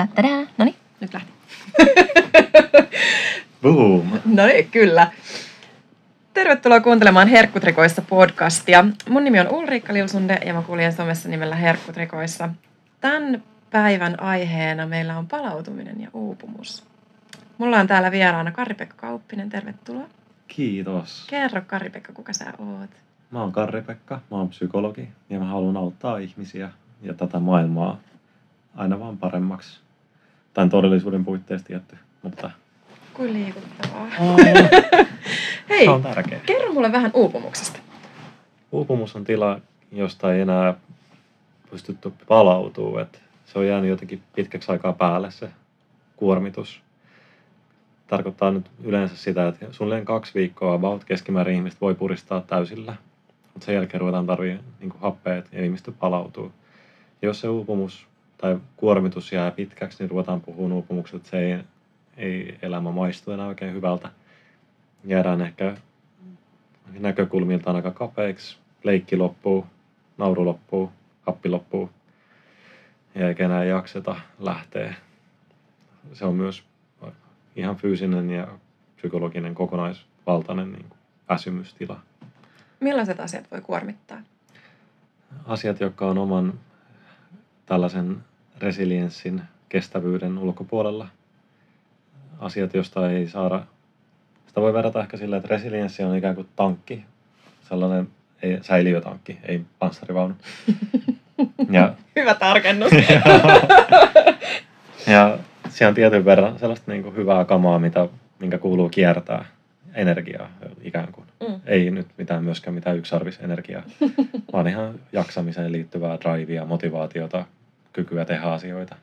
Tadaa. Noniin, nyt lähti. Boom! No niin, kyllä. Tervetuloa kuuntelemaan Herkkutrikoissa podcastia. Mun nimi on Ulriikka Lilsunde ja mä kuljen somessa nimellä Herkkutrikoissa. Tämän päivän aiheena meillä on palautuminen ja uupumus. Mulla on täällä vieraana Kari-Pekka Kauppinen, tervetuloa. Kiitos. Kerro Kari-Pekka, kuka sä oot? Mä oon Kari-Pekka, mä oon psykologi ja mä haluan auttaa ihmisiä ja tätä maailmaa aina vaan paremmaksi. Tämän todellisuuden puitteissa tietty, mutta... Kuin liikuttavaa. Hei, se on tärkeä. Kerro mulle vähän uupumuksesta. Uupumus on tila, josta ei enää pystytty palautumaan. Se on jäänyt jotenkin pitkäksi aikaa päälle se kuormitus. Tarkoittaa nyt yleensä sitä, että suunnilleen 2 viikkoa about keskimäärin ihmiset voi puristaa täysillä. Mutta sen jälkeen ruvetaan tarvitsemaan niin happeet ja ihmiset palautuu. Ja jos se uupumus tai kuormitus jää pitkäksi, niin ruvetaan puhumaan uupumuksesta, että se ei elämä maistu enää oikein hyvältä. Jäädään ehkä näkökulmiltaan aika kapeiksi. Leikki loppuu, nauru loppuu, happi loppuu. Ja eikä enää jakseta lähteä. Se on myös ihan fyysinen ja psykologinen kokonaisvaltainen niin kuin väsymystila. Millaiset asiat voi kuormittaa? Asiat, jotka on oman tällaisen resilienssin, kestävyyden ulkopuolella. Asiat, joista ei saada... Sitä voi verrata ehkä sillä, että resilienssi on ikään kuin tankki. Sellainen säiliötankki, ei panssarivaunu. Ja, hyvä tarkennus. ja siellä on tietyn verran sellaista niin kuin hyvää kamaa, minkä kuuluu kiertää. Energiaa ikään kuin. Ei nyt myöskään mitään yksarvisenergiaa, vaan ihan jaksamiseen liittyvää drivea, motivaatiota, kykyä tehdä asioita.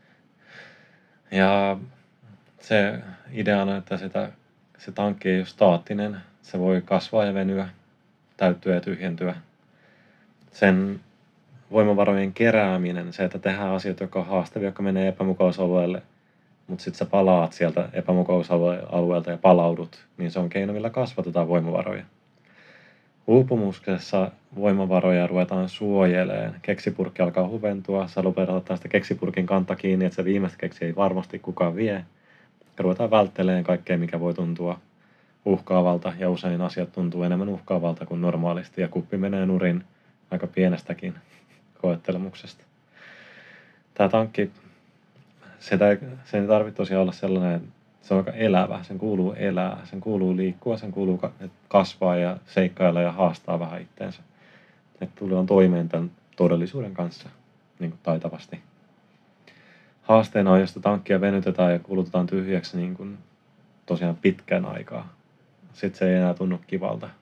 Ja se idea on, että se tankki ei ole staattinen. Se voi kasvaa ja venyä, täyttyä ja tyhjentyä. Sen voimavarojen kerääminen, se, että tehdään asioita, jotka on haastavia, jotka menee epämukausalueelle, mutta sitten sä palaat sieltä epämukausalueelta ja palaudut, niin se on keino, millä kasvatetaan voimavaroja. Uupumuksessa voimavaroja ruvetaan suojelemaan. Keksipurkki alkaa huventua, sä lopetetaan sitä keksipurkin kanta kiinni, että se viimeistä keksi ei varmasti kukaan vie. Ja ruvetaan välttelemään kaikkea, mikä voi tuntua uhkaavalta, ja usein asiat tuntuu enemmän uhkaavalta kuin normaalisti, ja kuppi menee nurin aika pienestäkin koettelemuksesta. Tämä tankki, sen ei tarvitse tosiaan olla sellainen, että se on aika elävä, sen kuuluu elää, sen kuuluu liikkua, sen kuuluu kasvaa ja seikkailla ja haastaa vähän itteensä. Että tullaan toimeen tämän todellisuuden kanssa niin kuin taitavasti. Haasteena on, jos tankkia venytetään ja kulutetaan tyhjäksi niin kuin tosiaan pitkän aikaa. Sitten se ei enää tunnu kivalta.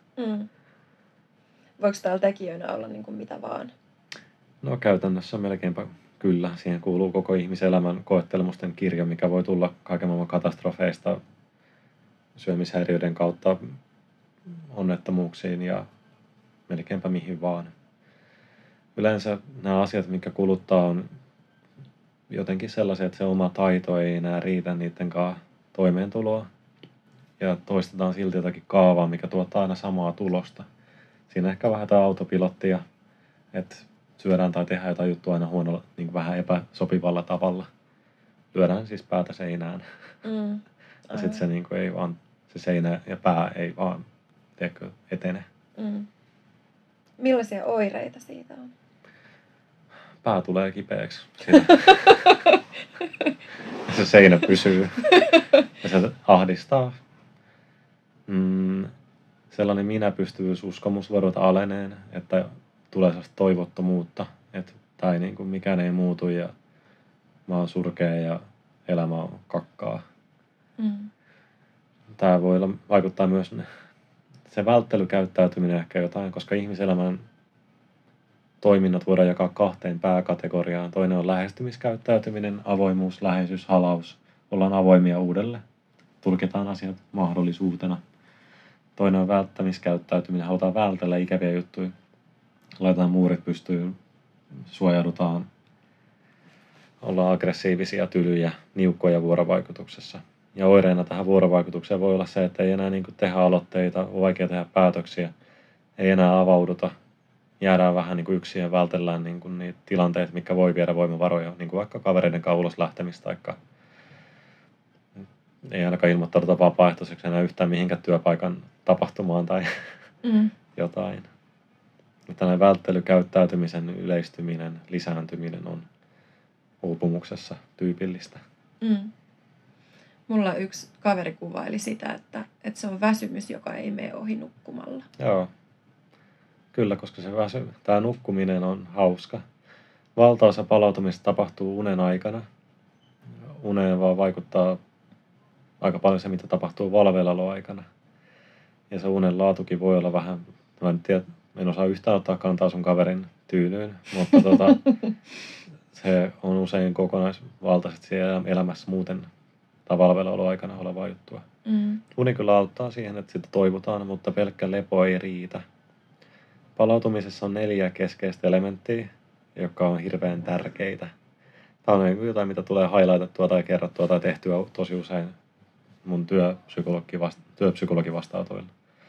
Voiko täällä tekijöinä olla niin kuin mitä vaan? No käytännössä melkeinpä kyllä. Siihen kuuluu koko ihmiselämän koettelemusten kirjo, mikä voi tulla kaiken maailman katastrofeista, syömishäiriöiden kautta onnettomuuksiin ja melkeinpä mihin vaan. Yleensä nämä asiat, mitkä kuluttaa, on jotenkin sellaisia, että se oma taito ei enää riitä niiden kanssa toimeentuloa. Ja toistetaan silti jotakin kaavaa, mikä tuottaa aina samaa tulosta. Siinä ehkä vähän tämä autopilottia, että syödään tai tehdään jotain juttua aina huonolla, niin vähän epäsopivalla tavalla. Lyödään siis päätä seinään. Ja sitten se, niin ei vaan, se seinä ja pää ei vaan etene. Millaisia oireita siitä on? Pää tulee kipeäksi. Se seinä pysyy. Ja se ahdistaa. Sellainen minäpystyvyysuskomus voi ruveta aleneen, että tulee sellaista toivottomuutta, että tai niin kuin mikään ei muutu ja mä oon surkea ja elämä on kakkaa. Tämä voi vaikuttaa myös se välttelykäyttäytyminen ehkä jotain, koska ihmiselämän toiminnot voidaan jakaa 2 pääkategoriaan. Toinen on lähestymiskäyttäytyminen, avoimuus, läheisyys, halaus. Ollaan avoimia uudelle. Tulkitaan asiat mahdollisuutena. Toinen on välttämiskäyttäytyminen. Halutaan vältellä ikäviä juttuja. Laitetaan muurit pystyyn, suojaudutaan. Ollaan aggressiivisia, tylyjä, niukkoja vuorovaikutuksessa. Ja oireena tähän vuorovaikutukseen voi olla se, että ei enää niin kuin tehdä aloitteita, on vaikea tehdä päätöksiä. Ei enää avauduta. jäädään vähän niin kuin yksin ja vältellään niin kuin niitä tilanteita, mitkä voi viedä voimavaroja, niin kuin vaikka kavereiden kanssa ulos lähtemistä, taikka ei ainakaan ilmoittauduta vapaaehtoiseksi enää yhtään mihinkään työpaikan tapahtumaan tai jotain. Tällainen välttelykäyttäytymisen yleistyminen, lisääntyminen on uupumuksessa tyypillistä. Mulla yksi kaveri kuvaili sitä, että se on väsymys, joka ei mene ohi nukkumalla. Joo. Kyllä, koska tämä nukkuminen on hauska. Valtaosa palautumista tapahtuu unen aikana. Uneen vaan vaikuttaa aika paljon se, mitä tapahtuu valveillaoloaikana. Ja se unen laatukin voi olla vähän, en osaa yhtään ottaa kantaa sun kaverin tyylyyn, mutta se on usein kokonaisvaltaisesti siellä elämässä muuten tai valveillaoloaikana olevaa juttua. Uni kyllä auttaa siihen, että sitä toivotaan, mutta pelkkä lepo ei riitä. Palautumisessa on 4 keskeistä elementtiä, jotka on hirveän tärkeitä. Tämä on jotain, mitä tulee highlightattua tai kerrottua tai tehtyä tosi usein mun työpsykologin vastaanotoilla.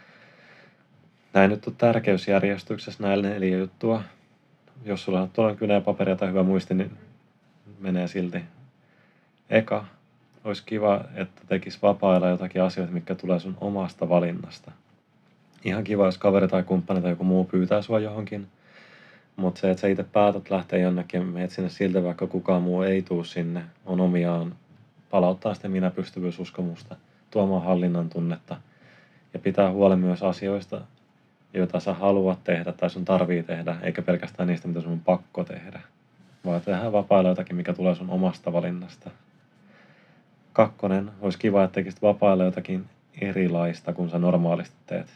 Näin nyt on tärkeysjärjestyksessä näillä 4 juttua. Jos sulla on tuolla kynä ja paperia tai hyvä muisti, niin menee silti. Eka, olisi kiva, että tekisi vapaa-ajalla jotakin asioita, mitkä tulee sun omasta valinnasta. Ihan kiva, jos kaveri tai kumppani tai joku muu pyytää sua johonkin. Mutta se, että sä itse päätät lähteä jonnekin ja menet sinne siltä, vaikka kukaan muu ei tuu sinne, on omiaan palauttaa sitä minäpystyvyysuskomusta, tuomaan hallinnan tunnetta ja pitää huolen myös asioista, joita sä haluat tehdä tai sun tarvii tehdä, eikä pelkästään niistä, mitä sun on pakko tehdä. Vaan tehdään vapaa-ajalla jotakin, mikä tulee sun omasta valinnasta. 2, olisi kiva, että tekisit vapaa-ajalla jotakin erilaista kuin sä normaalisti teet.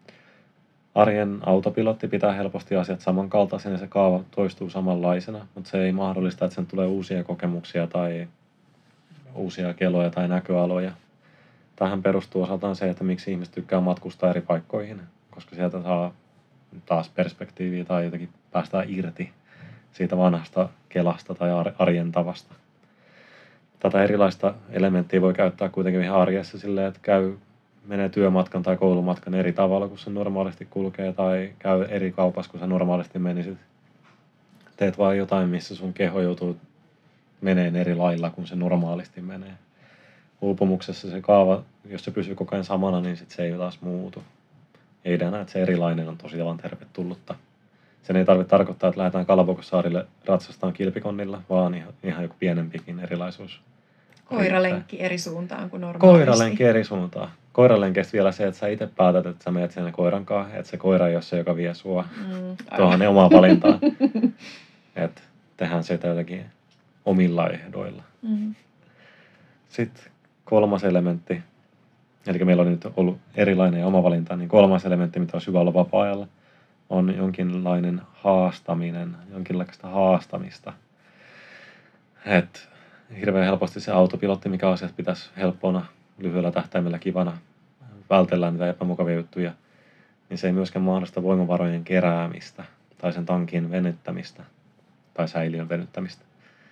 Arjen autopilotti pitää helposti asiat samankaltaisen ja se kaava toistuu samanlaisena, mutta se ei mahdollista, että sen tulee uusia kokemuksia tai uusia keloja tai näköaloja. Tähän perustuu osaltaan se, että miksi ihmiset tykkää matkustaa eri paikkoihin, koska sieltä saa taas perspektiiviä tai jotenkin päästään irti siitä vanhasta kelasta tai arjen tavasta. Tätä erilaista elementtiä voi käyttää kuitenkin ihan arjessa silleen, että menee työmatkan tai koulumatkan eri tavalla kuin se normaalisti kulkee tai käy eri kaupassa kuin sä normaalisti menisit. Teet vaan jotain, missä sun keho joutuu meneen eri lailla kuin se normaalisti menee. Uupumuksessa se kaava, jos se pysyy koko ajan samana, niin sit se ei taas muutu. Ei enää, että se erilainen on tosiaan tervetullutta. Sen ei tarvitse tarkoittaa, että lähdetään Galapagossaarille ratsastaan kilpikonnilla, vaan ihan joku pienempikin erilaisuus. Koiralenkki eri suuntaan kuin normaalisti. Koiralenkki eri suuntaan. Koiralenkestä vielä se, että sä itse päätät, että sä menet sen koiran kanssa, että se koira ei ole se, joka vie sua tuohon ne omaa valintaan. Että tehdään sitä jotenkin omilla ehdoilla. Sitten 3. elementti, eli meillä on nyt ollut erilainen ja oma valinta, niin 3. elementti, mitä olisi hyvä olla vapaa-ajalla, on jonkinlainen haastaminen, jonkinlaista haastamista. Että hirveän helposti se autopilotti, mikä asiat pitäisi helppona, lyhyellä tähtäimellä kivana, vältellään niitä epämukavia juttuja, niin se ei myöskään mahdollista voimavarojen keräämistä tai sen tankin venyttämistä tai säiliön venyttämistä.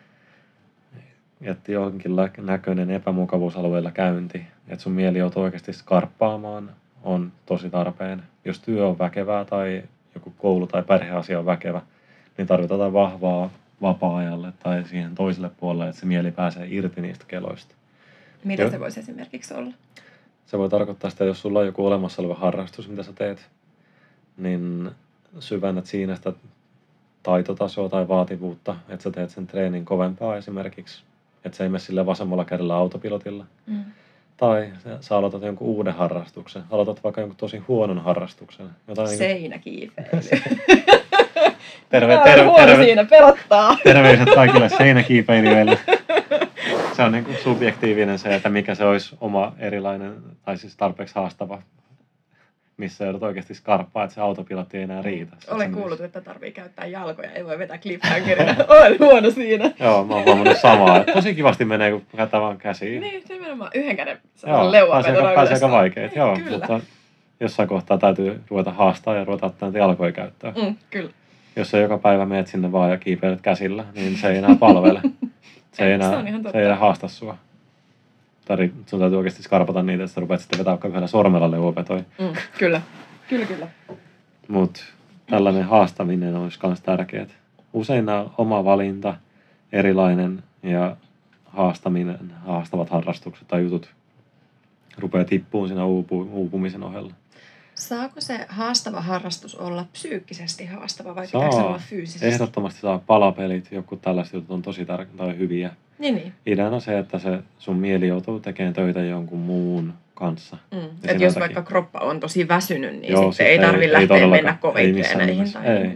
Että jonkinnäköinen epämukavuusalueella käynti, että sun mieli joutuu oikeasti skarppaamaan, on tosi tarpeen. Jos työ on väkevää tai joku koulu- tai perheasia on väkevä, niin tarvitaan vahvaa vapaa-ajalle tai siihen toiselle puolelle, että se mieli pääsee irti niistä keloista. Mitä se voisi esimerkiksi olla? Se voi tarkoittaa sitä, jos sulla on joku olemassa oleva harrastus, mitä sä teet, niin syvennät siinä sitä taitotasoa tai vaativuutta, että sä teet sen treenin kovempaa esimerkiksi, että se ei mene sille vasemmalla kädellä autopilotilla. Tai sä aloitat jonkun uuden harrastuksen, aloitat vaikka jonkun tosi huonon harrastuksen. Seinäkiipeily. Terve, siinä pelottaa. Terveiset kaikille seinäkiipeilijöille. Se on niin kuin subjektiivinen se, että mikä se olisi oma erilainen, tai siis tarpeeksi haastava, missä joudut oikeasti skarppaa, että se autopilotti ei enää riitä. Olen kuullut, että tarvii käyttää jalkoja, ei voi vetää cliffhangerina. Olen huono siinä. Joo, mä oon huomannut samaa. Tosi kivasti menee, kun käyttää vaan käsiä. Niin, nimenomaan yhden käden leuanvetona. Pääsee aika vaikeet, joo. Kyllä. Mutta jossain kohtaa täytyy ruveta haastaa ja ruveta ottaa jalkoja käyttöön. Kyllä. Jos sä joka päivä meet sinne vaan ja kiipeilet käsillä, niin se ei enää palvele. Se ei enää haasta sua. Sun täytyy oikeasti skarpata niitä, että sä rupeat sitten vetää vaikka yhdellä sormella leuanvetoja. Kyllä. Mut tällainen haastaminen olisi myös tärkeää. Usein nämä oma valinta, erilainen ja haastavat harrastukset tai jutut rupeaa tippuun siinä uupumisen ohella. Saako se haastava harrastus olla psyykkisesti haastava vai pitääkö se olla fyysisesti? Ehdottomasti saa palapelit, joku tällaiset jutut on tosi tai hyviä. Niin. Ideana on se, että se sun mieli joutuu tekemään töitä jonkun muun kanssa. Että jos vaikka kroppa on tosi väsynyt, niin sitten ei tarvitse lähteä mennä kovin treeneihin.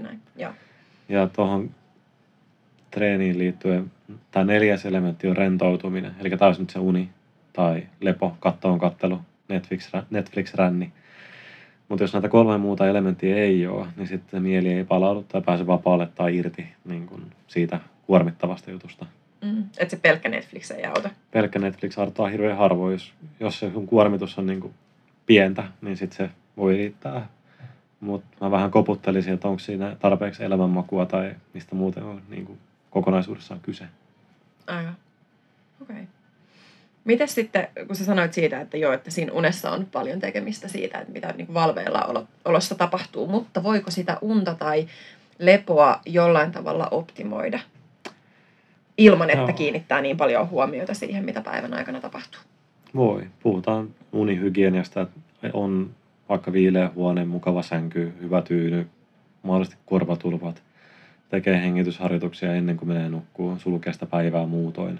Ja tuohon treeniin liittyen tämä 4. elementti on rentoutuminen. Eli tämä olisi nyt se uni tai lepo, kattelu, Netflix-ränni. Mutta jos näitä 3 muuta elementtiä ei ole, niin sitten mieli ei palaudu tai pääse vapaalle tai irti niin kuin siitä kuormittavasta jutusta. Että se pelkkä Netflix ei auta. Pelkkä Netflix auttaa hirveän harvoin. Jos se sun kuormitus on niin kuin pientä, niin sitten se voi riittää. Mutta mä vähän koputtelisin, että onko siinä tarpeeksi elämänmakua tai mistä muuten on niin kuin kokonaisuudessaan kyse. Aivan. Okei. Mites sitten, kun sä sanoit siitä, että joo, että siinä unessa on paljon tekemistä siitä, että mitä niin valveilla olossa tapahtuu, mutta voiko sitä unta tai lepoa jollain tavalla optimoida ilman, että kiinnittää niin paljon huomiota siihen, mitä päivän aikana tapahtuu? Voi. Puhutaan unihygieniasta, että on vaikka viileä huone, mukava sänky, hyvä tyyny, mahdollisesti korvatulpat, tekee hengitysharjoituksia ennen kuin menee nukkuun, sulkee sitä päivää muutoin,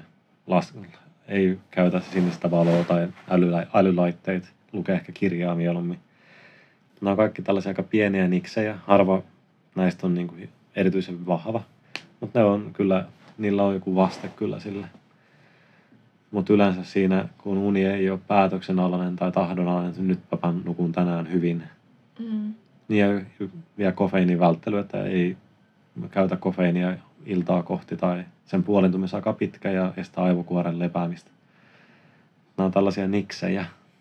ei käytä sinistä valoa tai älylaitteita, lukee ehkä kirjaa mieluummin. Nämä on kaikki tällaisia aika pieniä niksejä, harva näistä on niin kuin erityisen vahva, mutta ne on kyllä, niillä on joku vaste kyllä sille. Mutta yleensä siinä, kun uni ei ole päätöksenalainen tai tahdonalainen, että nytpä nukun tänään hyvin. Niin ja vielä kofeiinin välttely, että ei käytä kofeiinia iltaa kohti tai sen puolentumisen aika pitkä ja estää aivokuoren lepäämistä. Nämä on tällaisia niksejä,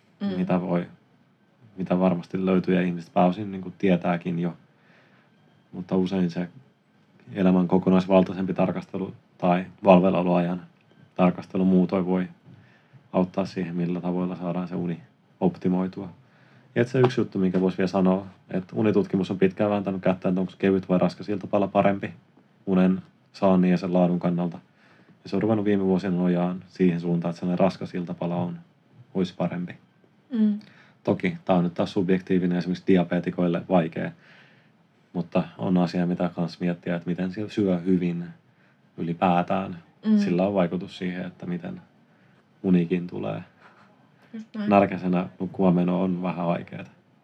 mitä varmasti löytyy ja ihmiset pääosin niin kuin tietääkin jo. Mutta usein se elämän kokonaisvaltaisempi tarkastelu tai valveillaoloajan tarkastelu muutoin voi auttaa siihen, millä tavoilla saadaan se uni optimoitua. Ja se yksi juttu, minkä voisi vielä sanoa, että unitutkimus on pitkään vääntänyt kättä, että onko kevyt vai raskas iltapala parempi unen saannin ja sen laadun kannalta. Ja se on ruvennut viime vuosina nojaan siihen suuntaan, että sellainen raskas iltapala olisi parempi. Toki tämä on nyt taas subjektiivinen, esimerkiksi diabeetikoille vaikea, mutta on asia, mitä kanssa miettiä, että miten syö hyvin ylipäätään. Sillä on vaikutus siihen, että miten unikin tulee. Nälkäisenä nukkumaan on vähän vaikeaa.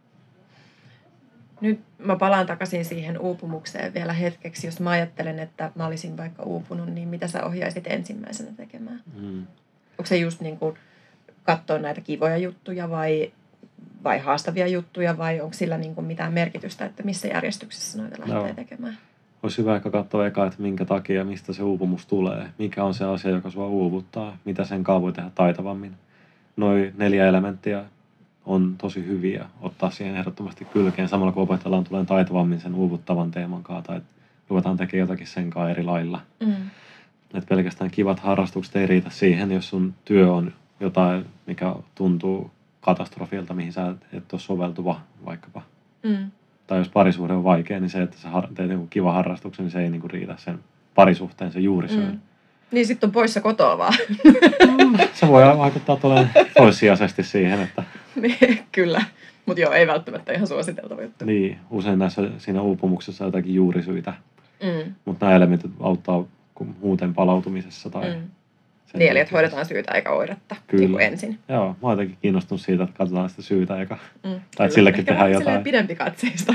Nyt mä palaan takaisin siihen uupumukseen vielä hetkeksi. Jos mä ajattelen, että mä olisin vaikka uupunut, niin mitä sä ohjaisit ensimmäisenä tekemään? Onko se just niin kuin katsoa näitä kivoja juttuja vai haastavia juttuja vai onko sillä niin kuin mitään merkitystä, että missä järjestyksessä noita lähtee tekemään? Olisi hyvä ehkä katsoa eka, että minkä takia, mistä se uupumus tulee. Mikä on se asia, joka sua uuvuttaa. Mitä sen kanssa voi tehdä taitavammin. Noi 4 elementtiä on tosi hyviä ottaa siihen ehdottomasti kylkeen. Samalla kun opetellaan tulee taitavammin sen uuvuttavan teeman kanssa. Tai ruvetaan tekemään jotakin sen kanssa eri lailla. Että pelkästään kivat harrastukset ei riitä siihen, jos sun työ on jotain, mikä tuntuu katastrofilta, mihin sä et ole soveltuva vaikkapa. Tai jos parisuhde on vaikea, niin se, että sä teet joku kiva harrastuksen, niin se ei niinku riitä sen parisuhteen, se juurisyyn. Niin sitten on poissa kotoa vaan. Se voi vaikuttaa toissijaisesti siihen, että... Kyllä, mutta joo, ei välttämättä ihan suositeltava juttu. Niin, usein siinä uupumuksessa on jotakin juurisyitä, mutta nämä elementit auttaa muuten palautumisessa tai... Niin, eli että hoidetaan syytä eikä oiretta niin ensin. Joo, mä oon jotenkin kiinnostunut siitä, että katsotaan sitä syytä eikä... Tai että silläkin tehdään jotain. Ehkä pidempi katseista.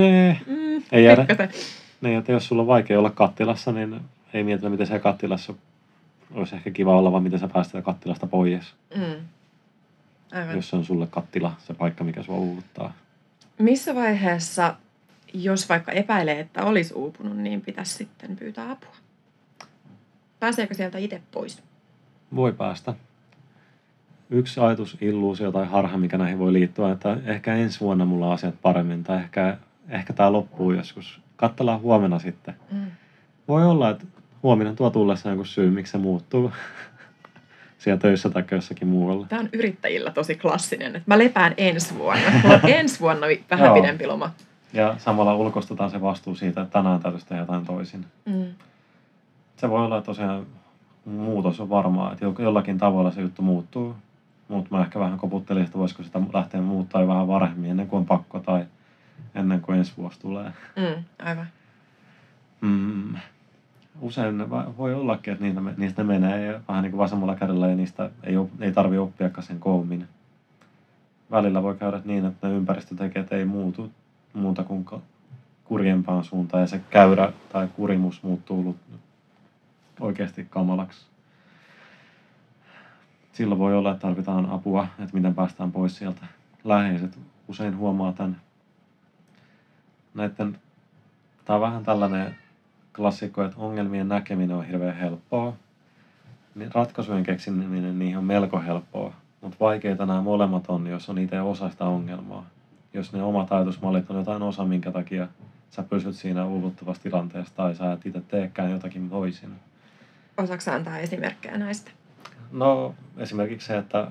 Ei jäädä. Niin, että jos sulla on vaikea olla kattilassa, niin ei mietitä, miten se kattilassa olisi ehkä kiva olla, vaan miten sä päästät kattilasta pois. Aivan. Jos se on sulle kattila, se paikka, mikä sua uuvuttaa. Missä vaiheessa, jos vaikka epäilee, että olisi uupunut, niin pitäisi sitten pyytää apua? Pääseekö sieltä itse pois? Voi päästä. Yksi ajatus, illuusio tai harha, mikä näihin voi liittyä, että ehkä ensi vuonna mulla on asiat paremmin tai ehkä tämä loppuu joskus. Katsellaan huomenna sitten. Voi olla, että huomenna tuo tullessa joku syy, miksi se muuttuu siellä töissä tai jossakin muualla. Tämä on yrittäjillä tosi klassinen, että mä lepään ensi vuonna. Mulla on ensi vuonna vähän pidempi loma. Ja samalla ulkostetaan se vastuu siitä, että tänään täytyisi tehdä jotain toisin. Se voi olla tosiaan, muutos on varmaa, että jollakin tavalla se juttu muuttuu. Mutta mä ehkä vähän koputtelin, että voisiko sitä lähteä muuttaa vähän varhemmin, ennen kuin on pakko tai ennen kuin ensi vuosi tulee. Aivan. Usein voi ollakin, että niistä menee ja vähän niin kuin vasemmalla kädellä ja niistä ei tarvitse oppiakaan sen koommin. Välillä voi käydä niin, että ne ympäristötekijät ei muutu muuta kuin kurjempaan suuntaan ja se käyrä tai kurimus muuttuu oikeasti kamalaksi. Silloin voi olla, että tarvitaan apua, että miten päästään pois sieltä. Läheiset usein huomaa tämän. Tämä on vähän tällainen klassikko, että ongelmien näkeminen on hirveän helppoa. Ratkaisujen keksiminen niihin on melko helppoa, mutta vaikeita nämä molemmat on, jos on itse osa sitä ongelmaa. Jos ne omat ajatusmallit on jotain osa, minkä takia sä pysyt siinä uuvuttavassa tilanteessa tai sä et itse teekään jotakin toisin. Osaatko antaa esimerkkejä näistä? No esimerkiksi se, että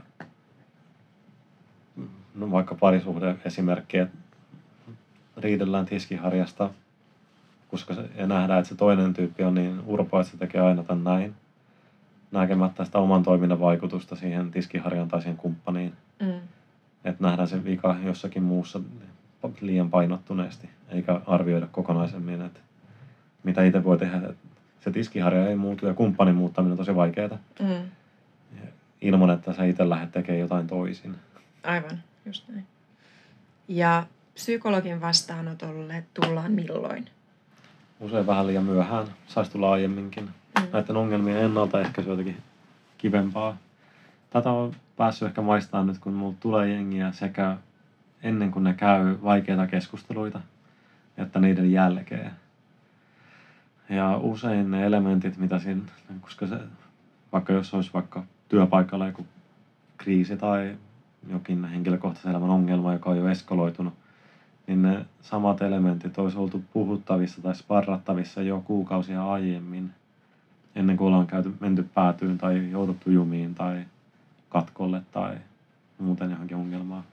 vaikka parisuhde esimerkki, että riidellään tiskiharjasta, koska ja nähdään, että se toinen tyyppi on niin urpo, että se tekee aina tämän näin, näkemättä sitä oman toiminnan vaikutusta siihen tiskiharjan tai siihen kumppaniin. Että nähdään se vika jossakin muussa liian painottuneesti, eikä arvioida kokonaisemmin, että mitä itse voi tehdä. Se tiskiharja ei muutu ja kumppanin muuttaminen on tosi vaikeaa. Ilman, että sä itse lähdet tekemään jotain toisin. Aivan, just näin. Ja psykologin vastaanotolle tullaan milloin? Usein vähän liian myöhään. Saisi tulla aiemminkin. Näiden ongelmien ennaltaehkäisy on jotenkin kivempaa. Tätä on päässyt ehkä maistamaan nyt, kun mulla tulee jengiä sekä ennen kuin ne käy vaikeita keskusteluita, että niiden jälkeen. Ja usein ne elementit, mitä siinä, koska se, vaikka jos olisi vaikka työpaikalla joku kriisi tai jokin henkilökohtaisen elämän ongelma, joka on jo eskaloitunut, niin ne samat elementit olisi oltu puhuttavissa tai sparrattavissa jo kuukausia aiemmin, ennen kuin ollaan menty päätyyn tai jouduttu jumiin tai katkolle tai muuten johonkin ongelmaan.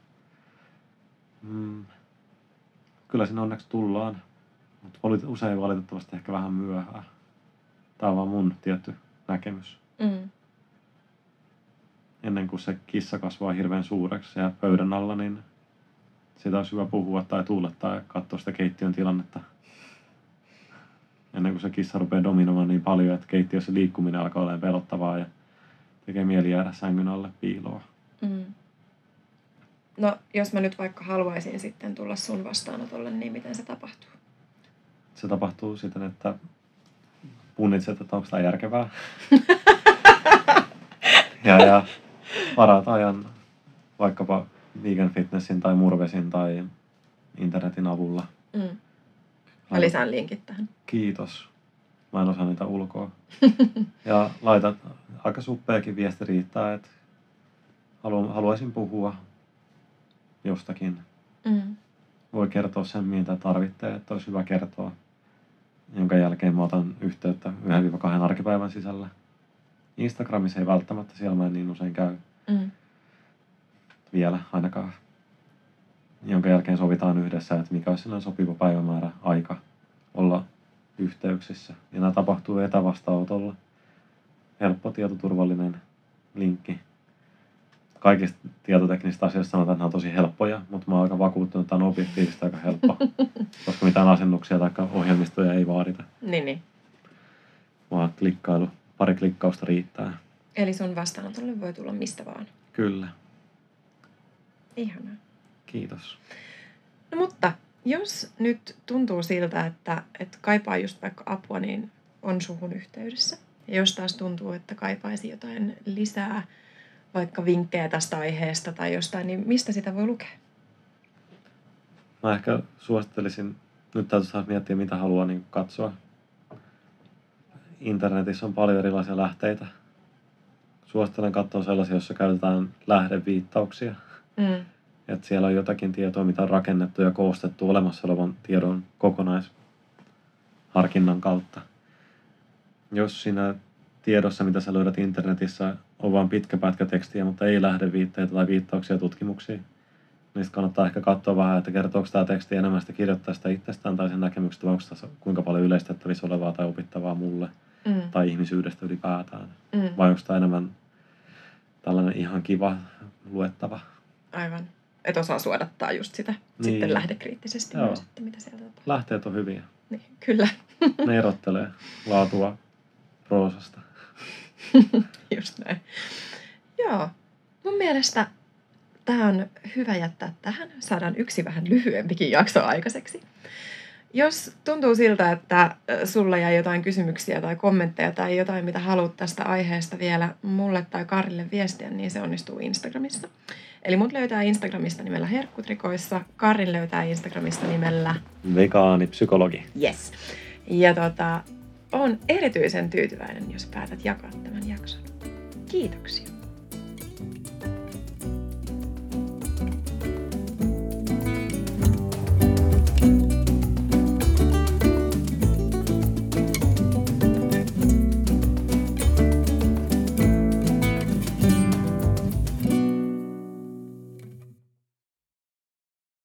Kyllä siinä onneksi tullaan, mutta usein valitettavasti ehkä vähän myöhään. Tämä on vaan mun tietty näkemys. Ennen kuin se kissa kasvaa hirveän suureksi ja pöydän alla, niin sitä olisi hyvä puhua tai tuulettaa ja katsoa sitä keittiön tilannetta. Ennen kuin se kissa rupeaa dominoimaan niin paljon, että keittiössä liikkuminen alkaa olemaan pelottavaa ja tekee mieli jäädä sängyn alle piiloon. No, jos mä nyt vaikka haluaisin sitten tulla sun vastaanotolle, niin miten se tapahtuu? Se tapahtuu siten, että punnitset, että onko tämä järkevää. ja varaat ajan vaikkapa vegan fitnessin tai murvesin tai internetin avulla. Mä lisään linkit tähän. Kiitos. Mä en osaa niitä ulkoa. Ja laitat, aika suppeakin viesti riittää, että haluaisin puhua jostakin. Voi kertoa sen, mitä tarvitsee, että olisi hyvä kertoa. Jonka jälkeen mä otan yhteyttä 1-2 arkipäivän sisällä. Instagramissa ei välttämättä, siellä mä en niin usein käy. Vielä ainakaan. Jonka jälkeen sovitaan yhdessä, että mikä olisi sellainen sopiva päivämäärä, aika olla yhteyksissä. Ja nämä tapahtuu etävastaanotolla. Helppo, tietoturvallinen linkki. Kaikista tietoteknisistä asioista sanotaan, että nämä on tosi helppoja, mutta mä oon aika vakuuttunut, että tämä on objektiivisesti aika helppo. Koska mitään asennuksia tai ohjelmistoja ei vaadita. Niin. Vaan pari klikkausta riittää. Eli sun vastaanotolle voi tulla mistä vaan? Kyllä. Ihanaa. Kiitos. No mutta, jos nyt tuntuu siltä, että kaipaa just vaikka apua, niin on suhun yhteydessä. Ja jos taas tuntuu, että kaipaisi jotain lisää, vaikka vinkkejä tästä aiheesta tai jostain, niin mistä sitä voi lukea? Mä ehkä suosittelisin, nyt täytyy taas miettiä mitä haluaa niin katsoa. Internetissä on paljon erilaisia lähteitä. Suosittelen katsoa sellaisia, joissa käytetään lähdeviittauksia. Että siellä on jotakin tietoa, mitä on rakennettu ja koostettu olemassa olevan tiedon kokonaisharkinnan kautta. Jos siinä tiedossa, mitä sä löydät internetissä, on vain pitkä pätkä tekstiä, mutta ei lähdeviitteitä tai viittauksia tutkimuksiin, Niistä kannattaa ehkä katsoa vähän, että kertooko tämä teksti enemmän sitä kirjoittajasta itsestään tai sen näkemyksestä, vai onko tässä kuinka paljon yleistettävissä olevaa tai opittavaa mulle tai ihmisyydestä ylipäätään. Vai onko tämä enemmän tällainen ihan kiva luettava. Aivan. Et osaa suodattaa just sitä sitten lähdekriittisesti myös, että mitä sieltä tapahtuu. Lähteet on hyviä. Niin, kyllä. Ne erottelee laatua proosasta. Just näin. Joo. Mun mielestä tämä on hyvä jättää tähän. Saadaan yksi vähän lyhyempikin jakso aikaiseksi. Jos tuntuu siltä, että sulla jäi jotain kysymyksiä tai kommentteja tai jotain, mitä haluat tästä aiheesta vielä mulle tai Karille viestiä, niin se onnistuu Instagramissa. Eli mut löytää Instagramista nimellä Herkkutrikoissa, Karin löytää Instagramista nimellä Vegaanipsykologi. Yes. Ja on erityisen tyytyväinen, jos päätät jakaa tämän jakson. Kiitoksia.